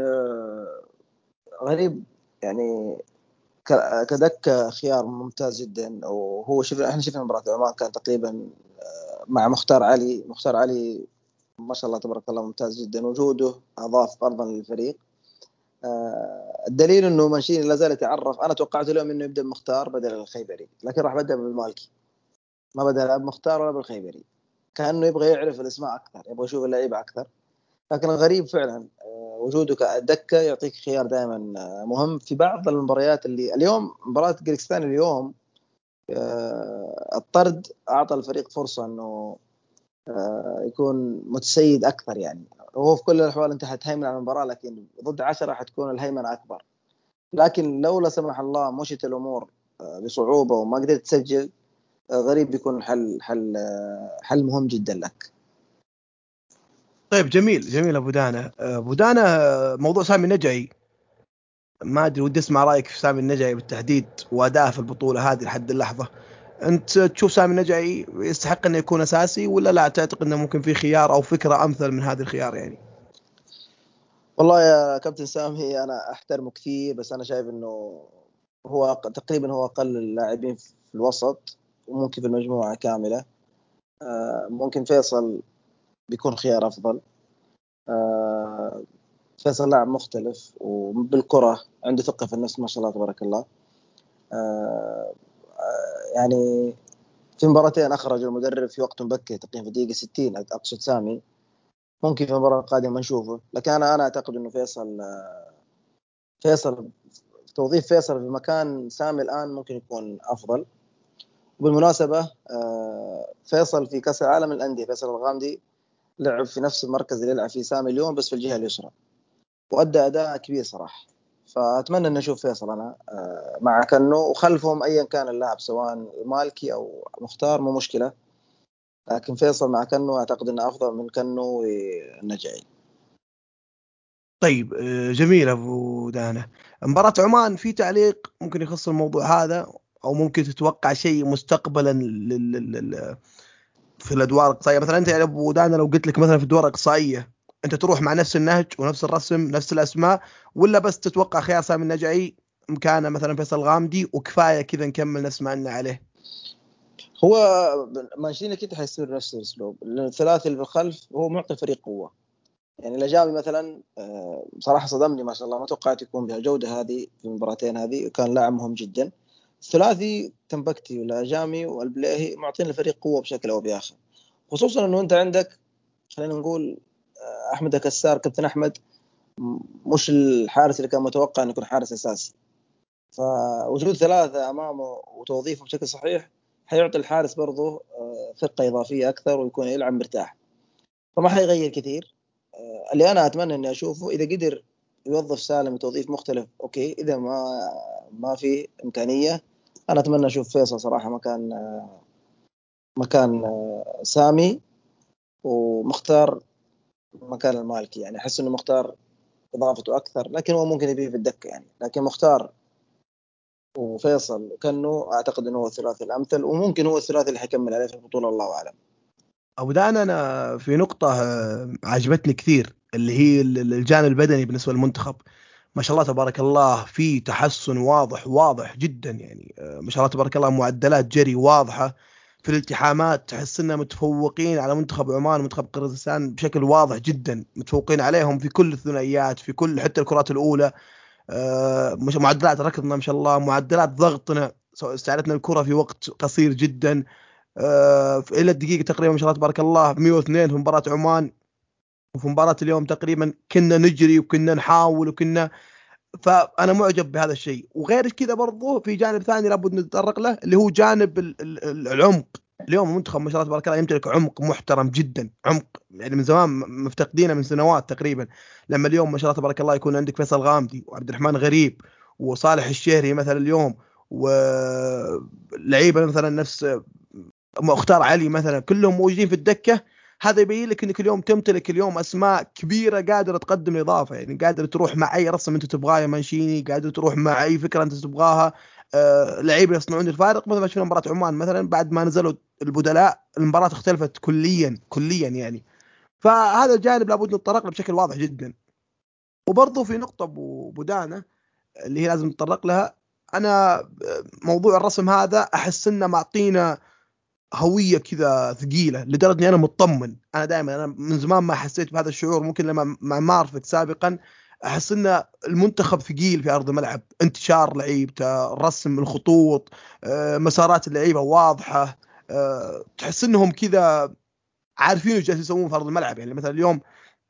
غريب يعني كدكة خيار ممتاز جدا. وهو احنا شفنا مباراة عمان كان تقريبا مع مختار علي ما شاء الله تبارك الله ممتاز جدا، وجوده أضاف أرضا للفريق. الدليل انه مانشيني لا زال يتعرف. انا توقعت اليوم انه يبدا بمختار بدل الخيبري، لكن راح بدا بالمالكي، ما بدا لا بمختار ولا بالخيبري. كانه يبغى يعرف الاسماء اكثر، يبغى يشوف اللعيبه اكثر. لكن غريب فعلا وجوده كدكه يعطيك خيار دائما مهم في بعض المباريات. اللي اليوم مباراه كيرغستان اليوم الطرد اعطى الفريق فرصه انه يكون متسيد اكثر يعني. هو في كل الاحوال انت حتهيمن على المباراه، لكن ضد 10 حتكون الهيمنه اكبر. لكن لو لا سمح الله مشيت الامور بصعوبه وما قدرت تسجل، غريب بيكون حل مهم جدا لك. طيب جميل جميل ابو دانا. ابو دانا، موضوع سامي النجعي، ما ادري، ودي اسمع رايك في سامي النجعي بالتحديد واداءه في البطوله هذه لحد اللحظه. انت تشوف سامي النجعي يستحق انه يكون اساسي، ولا لا تعتقد انه ممكن في خيار او فكره امثل من هذا الخيار يعني؟ والله يا كابتن سامي انا احترمه كثير، بس انا شايف انه هو تقريبا هو اقل اللاعبين في الوسط، وممكن في المجموعه كامله. ممكن فيصل بيكون خيار افضل. فيصل لاعب مختلف وبالكره عنده ثقه في النفس ما شاء الله تبارك الله. يعني في مباراتين اخرج المدرب في وقت مبكر تقريبا في دقيقه 60 اقصد سامي. ممكن في المباراه القادمه نشوفه، لكن انا اعتقد انه فيصل توظيف فيصل في مكان سامي الان ممكن يكون افضل. وبالمناسبه فيصل في كاس العالم للانديه، فيصل الغامدي لعب في نفس المركز اللي يلعب فيه سامي اليوم بس في الجهه اليسرى، وادى اداء كبير صراحه. فاتمنى ان نشوف فيصل انا مع كنو، وخلفهم ايا كان اللاعب سواء مالكي او مختار مو مشكله، لكن فيصل مع كنو اعتقد انه افضل من كنو والنجعي. طيب جميل ابو دانا. مباراه عمان، في تعليق ممكن يخص الموضوع هذا، او ممكن تتوقع شيء مستقبلا في الادوار الاقصائيه؟ مثلا انت يا ابو دانا لو قلت لك مثلا في الادوار الاقصائيه، انت تروح مع نفس النهج ونفس الرسم نفس الاسماء، ولا بس تتوقع خيار سامي النجعي مكانه مثلا فيصل الغامدي وكفايه كذا نكمل نسمع لنا عليه؟ هو مانشيني اكيد حيصير نفس الاسلوب، لأن الثلاثي اللي في الخلف هو معطي فريق قوه. يعني الاجابي مثلا بصراحه صدمني ما شاء الله، ما توقعت يكون بهالجوده هذه في المباراتين هذه، وكان لاعب مهم جدا. الثلاثي تنبكتي والاجامي والبلاهي معطين الفريق قوه بشكل او باخر، خصوصا انه انت عندك، خلينا نقول احمد كسار، كابتن احمد مش الحارس اللي كان متوقع انه يكون حارس اساسي. فوجود ثلاثه امامه وتوظيفه بشكل صحيح حيعطي الحارس برضه ثقه اضافيه اكثر ويكون يلعب مرتاح. فما حيغير كثير. اللي انا اتمنى اني اشوفه اذا قدر يوظف سالم توظيف مختلف اوكي، اذا ما في امكانيه انا اتمنى اشوف فيصل صراحه مكان سامي، ومختار مكان المالكي. يعني احس انه مختار اضافته اكثر، لكن هو ممكن يبيه في الدكه يعني. لكن مختار وفيصل كانه اعتقد انه هو الثلاثي الامثل، وممكن هو الثلاثي اللي حيكمل عليه في البطوله، الله اعلم. ابو دان، انا في نقطه عجبتني كثير، اللي هي الجانب البدني بالنسبه للمنتخب. ما شاء الله تبارك الله في تحسن واضح جدا، يعني ما شاء الله تبارك الله معدلات جري واضحه. في الالتحامات تحس اننا متفوقين على منتخب عمان ومنتخب قرغيزستان بشكل واضح جدا، متفوقين عليهم في كل الثنائيات، في كل حتى الكرات الاولى. مش معدلات ركضنا ما شاء الله، معدلات ضغطنا، استعادتنا الكره في وقت قصير جدا. الى الدقيقه تقريبا ما شاء الله تبارك الله 102 في مباراه عمان، وفي مباراه اليوم تقريبا كنا نجري وكنا نحاول وكنا. فانا معجب بهذا الشيء. وغير كذا برضو في جانب ثاني لابد نتطرق له، اللي هو جانب العمق. اليوم المنتخب ما شاء الله تبارك الله يمتلك عمق محترم جدا، عمق يعني من زمان مفتقدينه من سنوات تقريبا. لما اليوم ما شاء الله تبارك الله يكون عندك فيصل غامدي وعبد الرحمن غريب وصالح الشهري مثلا اليوم، ولعيبه مثلا نفس مختار علي مثلا، كلهم موجودين في الدكه. هذا يبين لك انك اليوم تمتلك اليوم اسماء كبيره قادره تقدم اضافه، يعني قادره تروح مع اي رسم انت تبغاه يا مانشيني، قادره تروح مع اي فكره انت تبغاها. لعيبه يصنعون الفارق، مثل ما شفنا مباراه عمان مثلا بعد ما نزلوا البدلاء المباراه اختلفت كليا يعني. فهذا الجانب لابد نتطرق له بشكل واضح جدا. وبرضه في نقطه ابو بدانه اللي هي لازم نتطرق لها. انا موضوع الرسم هذا احس انه معطينا هويه كذا ثقيله، لدرجه اني انا مطمن. انا دائما انا من زمان ما حسيت بهذا الشعور، ممكن لما ما اعرفك سابقا احس ان المنتخب ثقيل في ارض الملعب، انتشار لعيبته، رسم الخطوط، مسارات اللعيبه واضحه. تحس انهم كذا عارفين ايش جالسين يسوون في ارض الملعب. يعني مثلا اليوم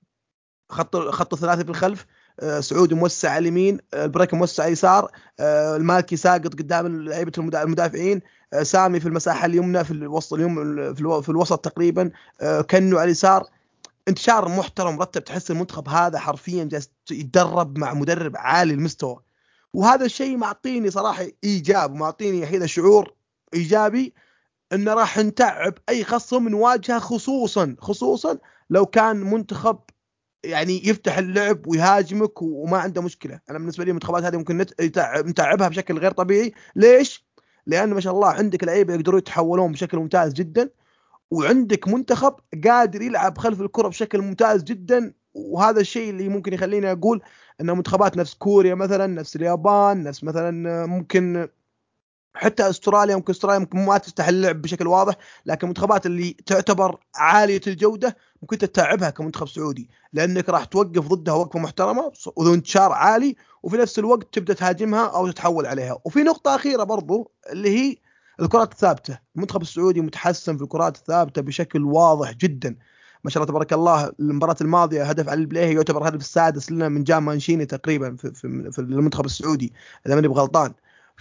خط ثلاثي في الخلف، سعودي موسع على اليمين، البريك موسع على اليسار، المالكي ساقط قدام لعيبه المدافعين، سامي في المساحه اليمنى في الوسط اليمنى في الوسط تقريبا، كنو على اليسار. انتشار محترم مرتب، تحس المنتخب هذا حرفيا جالس يتدرب مع مدرب عالي المستوى. وهذا الشيء معطيني صراحه ايجاب، ومعطيني هذا شعور ايجابي ان راح نتعب اي خصم نواجهه، خصوصا لو كان منتخب يعني يفتح اللعب ويهاجمك وما عنده مشكله. انا بالنسبه لي المنتخبات هذه ممكن نتعبها بشكل غير طبيعي. ليش؟ لان ما شاء الله عندك لعيبه يقدرون يتحولون بشكل ممتاز جدا، وعندك منتخب قادر يلعب خلف الكره بشكل ممتاز جدا. وهذا الشيء اللي ممكن يخليني اقول ان منتخبات نفس كوريا مثلا، نفس اليابان، نفس مثلا ممكن حتى استراليا، ممكن ما تفتح اللعب بشكل واضح، لكن المنتخبات اللي تعتبر عاليه الجوده ممكن تتعبها كمنتخب سعودي، لانك راح توقف ضدها وقفه محترمه وذو انتشار عالي، وفي نفس الوقت تبدا تهاجمها او تتحول عليها. وفي نقطه اخيره برضو اللي هي الكرات الثابته. المنتخب السعودي متحسن في الكرات الثابته بشكل واضح جدا. ما شاء الله تبارك الله المباراة الماضية هدف علي البليهي يعتبر الهدف السادس لنا من جام مانشيني تقريبا في المنتخب السعودي اذا ماني بغلطان.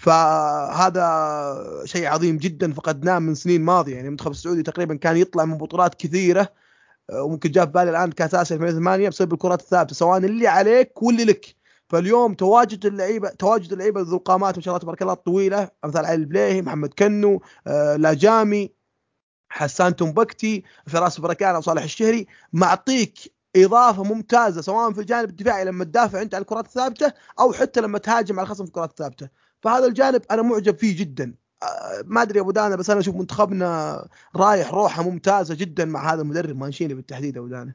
فهذا شيء عظيم جدا فقدناه من سنين ماضيه. يعني المنتخب السعودي تقريبا كان يطلع من بطولات كثيره، وممكن جاء في بالي الان كاس اسيا 2008 بسبب الكرات الثابته، سواء اللي عليك واللي لك. فاليوم تواجد اللعيبه ذو القامات ما شاء الله تبارك الله الطويله، امثال علي البليهي، محمد كنو، لاجامي، حسان تنبكتي، فراس بركان او صالح الشهري، معطيك اضافه ممتازه سواء في الجانب الدفاعي لما تدافع انت على الكرات الثابته، او حتى لما تهاجم على الخصم في الكرات الثابته. فهذا الجانب انا معجب فيه جدا. ما ادري يا ابو دانا، بس انا اشوف منتخبنا رايح روحه ممتازه جدا مع هذا المدرب مانشيني بالتحديد يا ابو دانا.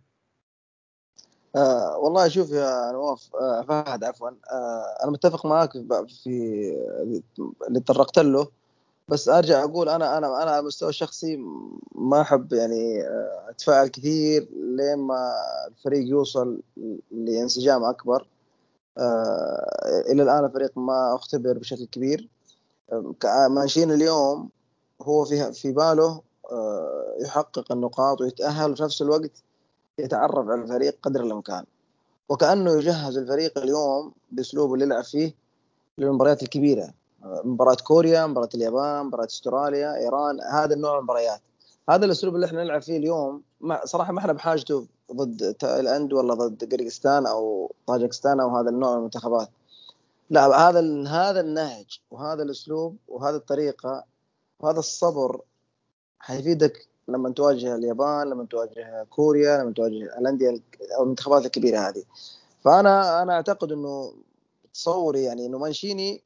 والله شوف يا نواف، فهد عفوا، انا متفق معك في اللي تطرقت له. بس ارجع اقول انا على المستوى الشخصي ما احب يعني اتفاعل كثير لين ما الفريق يوصل لانسجام اكبر. الى الان الفريق ما اختبر بشكل كبير. ماشيين اليوم هو في باله يحقق النقاط ويتأهل، وفي نفس الوقت يتعرف على الفريق قدر الامكان، وكأنه يجهز الفريق اليوم باسلوبه اللي يلعب فيه للمباريات الكبيرة. مباراة كوريا، مباراة اليابان، مباراة استراليا، إيران، هذا النوع من المباريات. هذا الاسلوب اللي احنا نلعب فيه اليوم صراحه ما احنا بحاجته ضد تايلاند ولا ضد قرقستان او طاجكستان او هذا النوع من المنتخبات. لا، هذا النهج وهذا الاسلوب وهذه الطريقه وهذا الصبر حيفيدك لما تواجه اليابان، لما تواجه كوريا، لما تواجه الانديه او المنتخبات الكبيره هذه. فانا اعتقد انه تصوري يعني انه مانشيني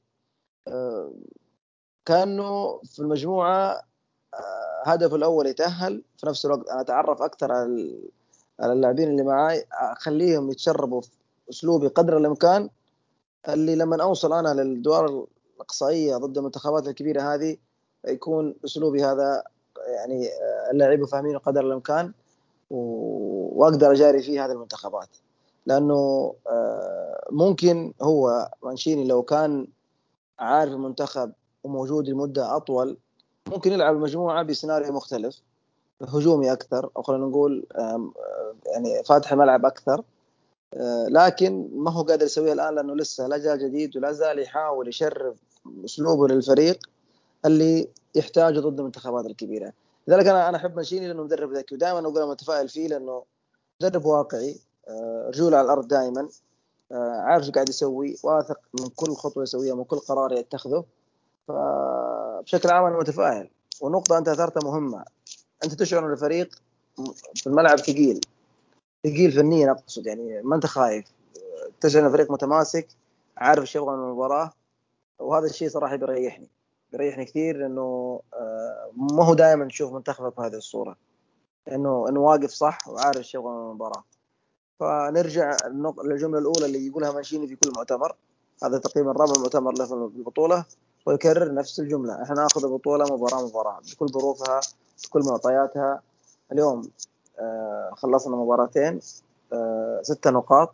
كانه في المجموعه هدفه الاول يتاهل، في نفس الوقت انا اتعرف اكثر على اللاعبين اللي معاي، اخليهم يتشربوا في اسلوبي قدر الامكان، اللي لما اوصل انا للدور الاقصائيه ضد المنتخبات الكبيره هذه يكون اسلوبي هذا يعني اللاعبين فاهمينه قدر الامكان، واقدر اجاري فيه هذه المنتخبات. لانه ممكن هو مانشيني لو كان عارف المنتخب وموجود لمده اطول ممكن يلعب المجموعه بسيناريو مختلف، هجومي اكثر، او خلينا نقول يعني فاتح الملعب اكثر. لكن ما هو قادر يسويها الان لانه لسه لا زال جديد ولا زال يحاول يشرف اسلوبه للفريق اللي يحتاجه ضد المنتخبات الكبيره. لذلك انا احب مانشيني لانه مدرب ذكي، ودائما اقول انا متفائل فيه لانه مدرب واقعي، رجوله على الارض دائما، عارف ايش قاعد يسوي، واثق من كل خطوه يسويها، من كل قرار يتخذه. فبشكل عام انا متفائل. ونقطه انت اثرتها مهمه، انت تشعر ان الفريق في الملعب ثقيل فنيا، اقصد يعني ما انت خايف، تشعر ان الفريق متماسك، عارف ايش يبغى من المباراه. وهذا الشيء صراحه بيريحني كثير، لانه ما هو دائما نشوف منتخبك بهذه الصوره، انه واقف صح وعارف ايش يبغى من المباراه. فنرجع للجمله الاولى اللي يقولها مانشيني في كل مؤتمر، هذا تقريبا رابع مؤتمر له في البطوله، ويكرر نفس الجمله: احنا ناخذ البطوله مباراه بكل ظروفها بكل معطياتها. اليوم خلصنا مباراتين، 6 نقاط،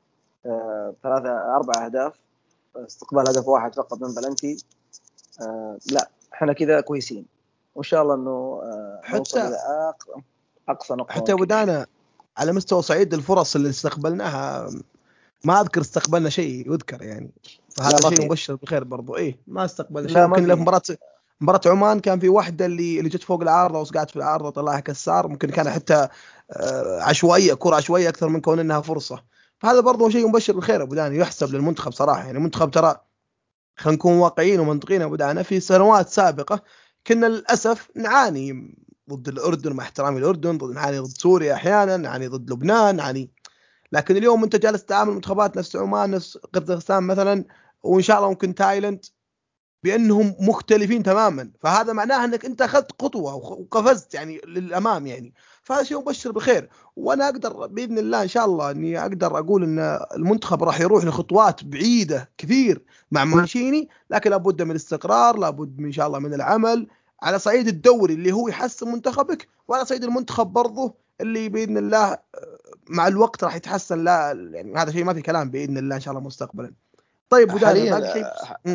4 أهداف، استقبال هدف واحد فقط من بلنتي. لا، احنا كذا كويسين، وان شاء الله انه نوصل حتى الى اقصى نقطه حتى ممكن. بدانا على مستوى صعيد الفرص اللي استقبلناها، ما اذكر استقبلنا شيء يذكر يعني، لا فهذا ما شيء في، مبشر بالخير برضو. ايه ما استقبلنا شيء. لا ما ممكن في في. مباراة عمان كان في واحدة اللي جت فوق العارضة وسقعت في العارضة طلعها كسار، ممكن كان حتى عشوائية، كرة عشوائية أكثر من كون إنها فرصة. فهذا برضو شيء مبشر بالخير أبو داني، يحسب للمنتخب صراحة. يعني المنتخب ترى، خلينا نكون واقعيين ومنطقيين أبو دانا، في سنوات سابقة كنا للأسف نعاني ضد الأردن، مع احترامي الأردن، نعاني ضد سوريا أحيانا، نعاني ضد لبنان، نعاني. لكن اليوم انت جالس تعامل منتخبات نفس عمان، نفس قزاقستان مثلا، وان شاء الله ممكن تايلاند، بانهم مختلفين تماما. فهذا معناه انك انت اخذت خطوه وقفزت يعني للامام يعني. فهذا شيء مبشر بخير. وانا اقدر باذن الله ان شاء الله اني اقدر اقول ان المنتخب راح يروح لخطوات بعيده كثير مع مانشيني، لكن لابد من الاستقرار، لابد من ان شاء الله من العمل على صعيد الدوري اللي هو يحسن منتخبك، وعلى صعيد المنتخب برضه اللي باذن الله مع الوقت راح يتحسن. لا يعني هذا شيء ما في كلام باذن الله ان شاء الله مستقبلا. طيب ودانا حاليا باقي شيء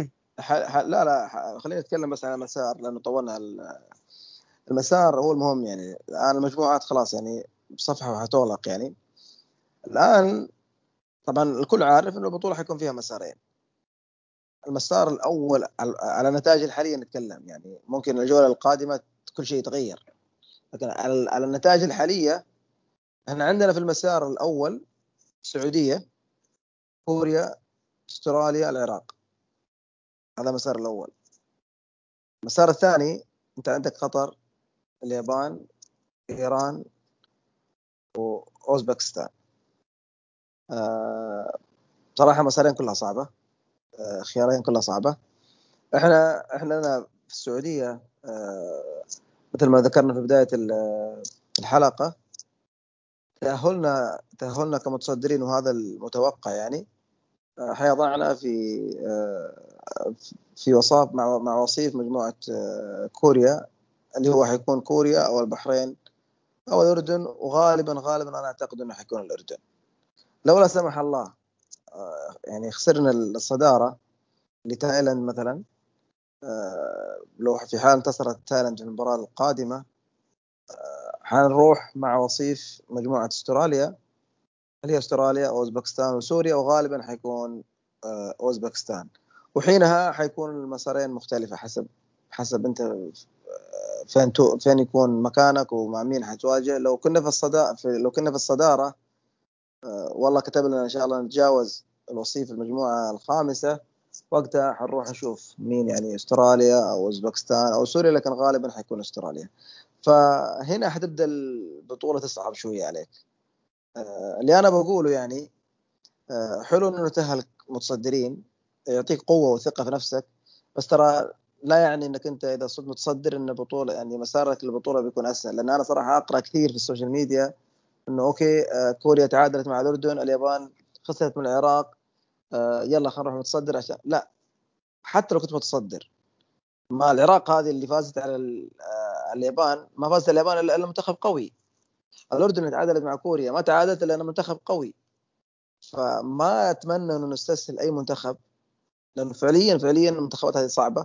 لا خلينا نتكلم بس عن المسار لانه طولنا. المسار هو المهم، يعني الان المجموعات خلاص يعني بصفحه وحتغلق يعني. الان طبعا الكل عارف انه البطوله حيكون فيها مسارين. المسار الاول على النتائج الحاليه نتكلم، يعني ممكن الجوله القادمه كل شيء يتغير، لكن على النتائج الحاليه احنا عندنا في المسار الاول السعوديه، كوريا، استراليا، العراق. هذا المسار الاول. المسار الثاني انت عندك قطر، اليابان، ايران، واوزبكستان. صراحه مسارين كلها صعبه، خيارين كلها صعبه. احنا لنا في السعوديه مثل ما ذكرنا في بدايه الحلقه، تاهلنا كمتصدرين، وهذا المتوقع يعني. حيضعنا في وصاف مع وصيف مجموعه كوريا، اللي هو حيكون كوريا او البحرين او الاردن، وغالبا انا اعتقد انه حيكون الاردن. لو لا سمح الله يعني خسرنا الصداره لتايلاند مثلا، لو في حال انتصرت تايلاند في المباراه القادمه، حنروح مع وصيف مجموعه استراليا، اللي هي استراليا، اوزبكستان، وسوريا، وغالبا حيكون اوزبكستان. وحينها حيكون المسارين مختلفه حسب انت فين يكون مكانك ومع مين حتواجه. لو كنا في الصدارة والله كتب لنا إن شاء الله نتجاوز الوصيف المجموعة الخامسة، وقتها حنروح نشوف مين، يعني استراليا او اوزبكستان او سوريا، لكن غالبا حيكون استراليا. فهنا حتبدا البطوله تصعب شويه عليك. اللي انا بقوله يعني حلو انه نتأهل متصدرين، يعطيك قوه وثقه في نفسك، بس ترى لا يعني انك انت اذا صرت متصدر ان البطوله يعني مسارك للبطوله بيكون اسهل. لان انا صراحه اقرا كثير في السوشيال ميديا انه اوكي كوريا تعادلت مع الاردن، اليابان خسرت من العراق، يلا خلينا نروح نتصدر. عشان لا، حتى لو كنت متصدر مع العراق هذه اللي فازت على اليابان، ما فازت اليابان الا منتخب قوي. الاردن تعادلت مع كوريا، ما تعادلت الا منتخب قوي. فما اتمنى انه نستسهل اي منتخب، لانه فعليا المنتخبات هذه صعبه.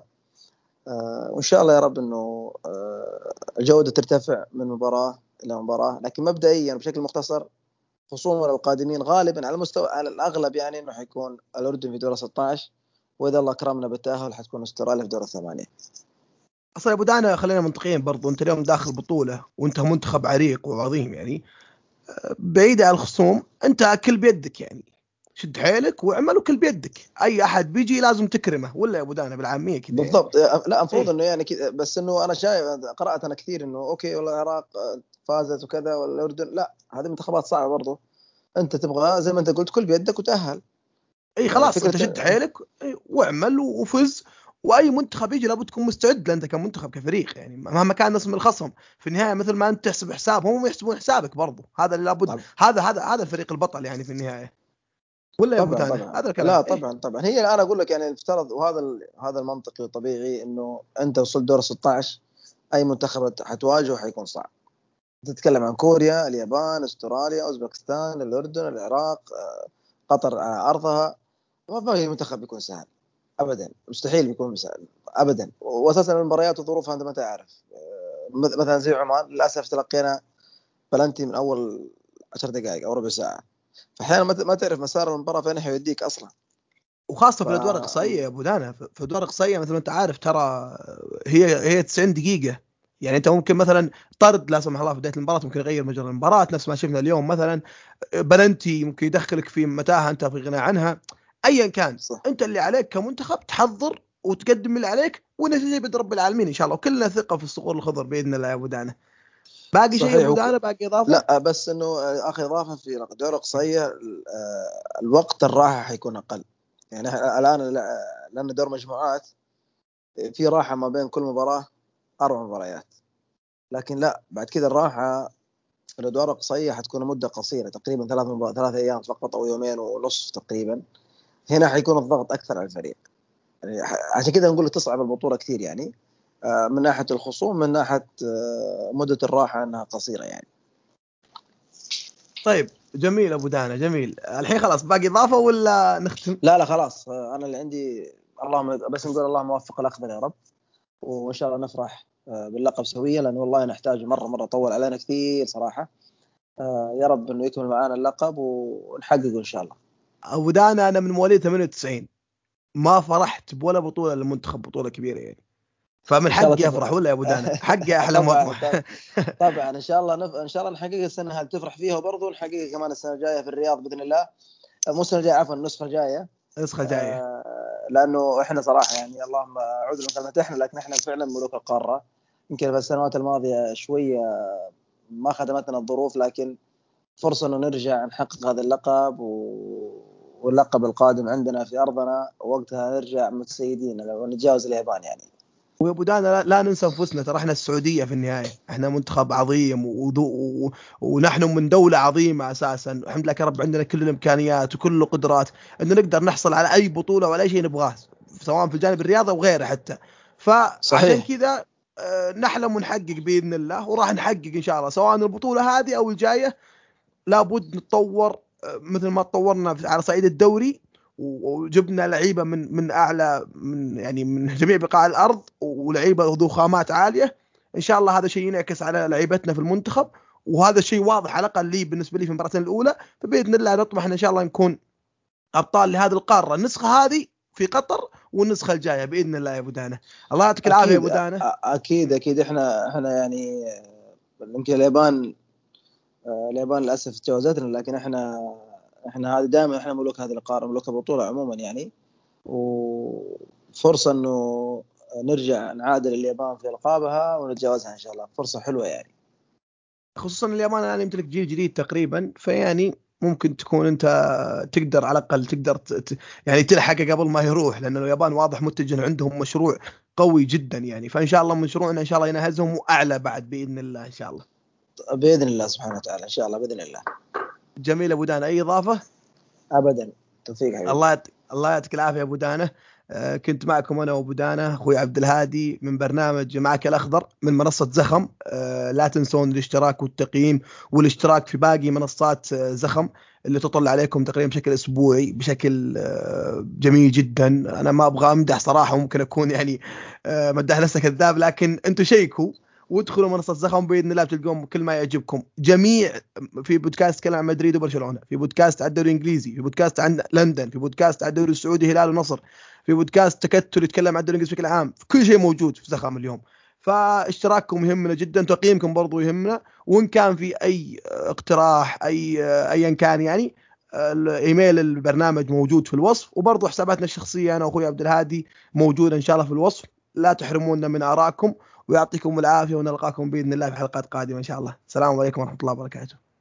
وان شاء الله يا رب انه الجوده ترتفع من مباراه الى مباراه. لكن مبدئيا بشكل مختصر، خصومنا القادمين غالبا على المستوى على الاغلب يعني انه حيكون الاردن في دور 16، واذا الله اكرمنا بالتاهل حتكون استراليا في دور الثمانيه. اصلا يا ابو دانا خلينا منطقيين برضو، انت اليوم داخل بطوله وانت منتخب عريق وعظيم يعني، بعيد عن الخصوم، انت كل بيدك يعني، شد حيلك واعمل وكل بيدك، اي احد بيجي لازم تكرمه، ولا يا ابو دانا بالعاميه كذا يعني. بالضبط. لا المفروض إيه؟ انه يعني بس انه انا شايف، قرات انا كثير انه اوكي والله العراق فازت وكذا والاردن، لا هذه منتخبات صعبه برضو. انت تبغى زي ما انت قلت كل بيدك وتاهل. اي خلاص انت شد فكره. حيلك واعمل وفز، واي منتخب يجي لابد تكون مستعد، لانت كمنتخب كفريق يعني مهما كان اسم الخصم في النهايه، مثل ما انت تحسب حسابهم هم يحسبون حسابك برضو، هذا اللي لابد، طب هذا الفريق البطل يعني في النهايه، ولا يا ابو طبعا دانا طبعا هذا الكلام لا إيه؟ طبعا هي انا اقول لك يعني افترض، وهذا هذا المنطقي والطبيعي، انه انت وصلت دور 16 اي منتخب حتواجهه حيكون صعب. تتكلم عن كوريا، اليابان، استراليا، اوزبكستان، الاردن، العراق، قطر على ارضها، ما في منتخب بيكون سهل ابدا، مستحيل بيكون سهل ابدا. واساسا المباريات وظروفها انت ما تعرف. مثلا زي عمان للاسف تلقينا بلنتي من اول 10 دقائق او ربع ساعه، فاحيانا ما تعرف مسار المباراه فين حيوديك اصلا. وخاصه ف في الادوار الاقصائيه يا ابو دانا، في الادوار الاقصائيه مثل ما انت عارف ترى، هي 90 دقيقه يعني، انت ممكن مثلا طرد لا سمح الله في بدايه المباراه ممكن يغير مجرى المباراه، نفس ما شفنا اليوم مثلا، بلنتي ممكن يدخلك في متاهه انت في غنى عنها. ايا كان، صح انت اللي عليك كمنتخب تحضر وتقدم اللي عليك، والنتيجه بيد رب العالمين ان شاء الله، وكلنا ثقه في الصقور الخضر باذن الله يا ابو دانا. باقي شيء يا صحيح ابو دانا، باقي اضافه؟ لا بس انه اخي اضافه في الدوري الاقصائيه الوقت الراحه حيكون اقل. يعني الان لان دور مجموعات في راحه ما بين كل مباراه 4 مباريات، لكن لا بعد كذا الراحه في الادوار الاقصائيه حتكون مده قصيره تقريبا 3 ايام فقط او يومين ونصف تقريبا. هنا حيكون الضغط اكثر على الفريق، يعني عشان كذا نقول تصعب البطوله كثير يعني، من ناحيه الخصوم، من ناحيه مده الراحه انها قصيره يعني. طيب جميل ابو دانا جميل، الحين خلاص باقي اضافه ولا نختم؟ لا خلاص، انا اللي عندي اللهم بس نقول اللهم وفق الاخضر يا رب، وان شاء الله نفرح باللقب سويا، لانه والله نحتاج مره طول علينا كثير صراحه. يا رب انه يكمل معنا اللقب ونحققه ان شاء الله. ابو دانا انا من مواليد 98، ما فرحت بولا بطوله للمنتخب بطوله كبيره يعني، فمن ان شاء الله حقي افرح، تفرح. ولا يا ابو دانا حقي احلم طبعا وافرح. طبعا ان شاء الله ان شاء الله نحقق السنه هذه تفرح فيها، وبرضه نحقق كمان السنه الجايه في الرياض باذن الله. مو السنه الجايه، عفوا النسخه الجايه. نسخه جايه. لانه احنا صراحه يعني اللهم اعوذ من كلمه احنا، لكن احنا فعلا ملوك القاره. يمكن في السنوات الماضيه شويه ما خدمتنا الظروف، لكن فرصه انه نرجع نحقق هذا اللقب واللقب القادم عندنا في ارضنا، وقتها نرجع متسيدين ونتجاوز اليابان يعني. ويا ابو دانا لا ننسى انفسنا، ترى احنا السعوديه في النهايه، احنا منتخب عظيم ونحن من دوله عظيمه اساسا، الحمد لله يا رب عندنا كل الامكانيات وكل القدرات ان نقدر نحصل على اي بطوله ولا اي شيء نبغاه، سواء في الجانب الرياضي وغيره حتى. فعشان صحيح كذا نحلم ونحقق باذن الله، وراح نحقق ان شاء الله سواء البطوله هذه او الجايه. لابد نتطور مثل ما تطورنا على صعيد الدوري، وجبنا لعيبه من اعلى، من يعني من جميع بقاع الارض، ولعيبه ذو خامات عاليه. ان شاء الله هذا شيء ينعكس على لعيبتنا في المنتخب، وهذا الشيء واضح على الاقل لي بالنسبه لي في المباراتين الاولى. فباذن الله نطمح ان شاء الله نكون ابطال لهذه القاره النسخه هذه، في قطر والنسخه الجايه باذن الله يا ابو دانه. الله يعطيك العافيه يا ابو دانه. اكيد احنا يعني يمكن اليابان للاسف تجاوزتنا، لكن احنا هذه دائما احنا ملوك هذه القاره، ملوك البطوله عموما يعني، وفرصه انه نرجع نعادل اليابان في القابها ونتجاوزها ان شاء الله، فرصه حلوه يعني. خصوصا اليابان الان يمتلك جيل جديد تقريبا، فيعني ممكن تكون انت تقدر على الاقل تقدر يعني تلحقه قبل ما يروح، لان اليابان واضح متجه عندهم مشروع قوي جدا يعني. فان شاء الله مشروعنا ان شاء الله ينهزهم واعلى بعد باذن الله ان شاء الله. باذن الله سبحانه وتعالى ان شاء الله باذن الله. جميل ابو دانه، اي اضافه؟ ابدا، توفيق حبيبي. الله يعطيك العافيه يا ابو دانه. كنت معكم انا وابو دانه اخوي عبد الهادي من برنامج معك الاخضر من منصه زخم. لا تنسون الاشتراك والتقييم والاشتراك في باقي منصات زخم اللي تطلع عليكم تقريبا بشكل اسبوعي بشكل جميل جدا. انا ما ابغى امدح صراحه، وممكن اكون يعني مدح نفسه كذاب، لكن انتم شيكوا وادخلوا منصة زخم بإذن الله بتلقون كل ما يعجبكم. جميع في بودكاست تكلم عن مدريد وبرشلونة، في بودكاست عن الدوري الإنجليزي، في بودكاست عن لندن، في بودكاست عن الدوري السعودي هلال ونصر، في بودكاست تكتل يتكلم عن الدوري الإنجليزي بشكل عام. في كل شيء موجود في زخم اليوم. فاشتراككم يهمنا جدا، تقييمكم برضو يهمنا، وإن كان في أي اقتراح أيا كان يعني الايميل البرنامج موجود في الوصف، وبرضو حساباتنا الشخصية أنا وأخوي عبد الهادي موجودة إن شاء الله في الوصف. لا تحرمونا من آرائكم، ويعطيكم العافية، ونلقاكم بإذن الله في حلقات قادمة إن شاء الله. السلام عليكم ورحمة الله وبركاته.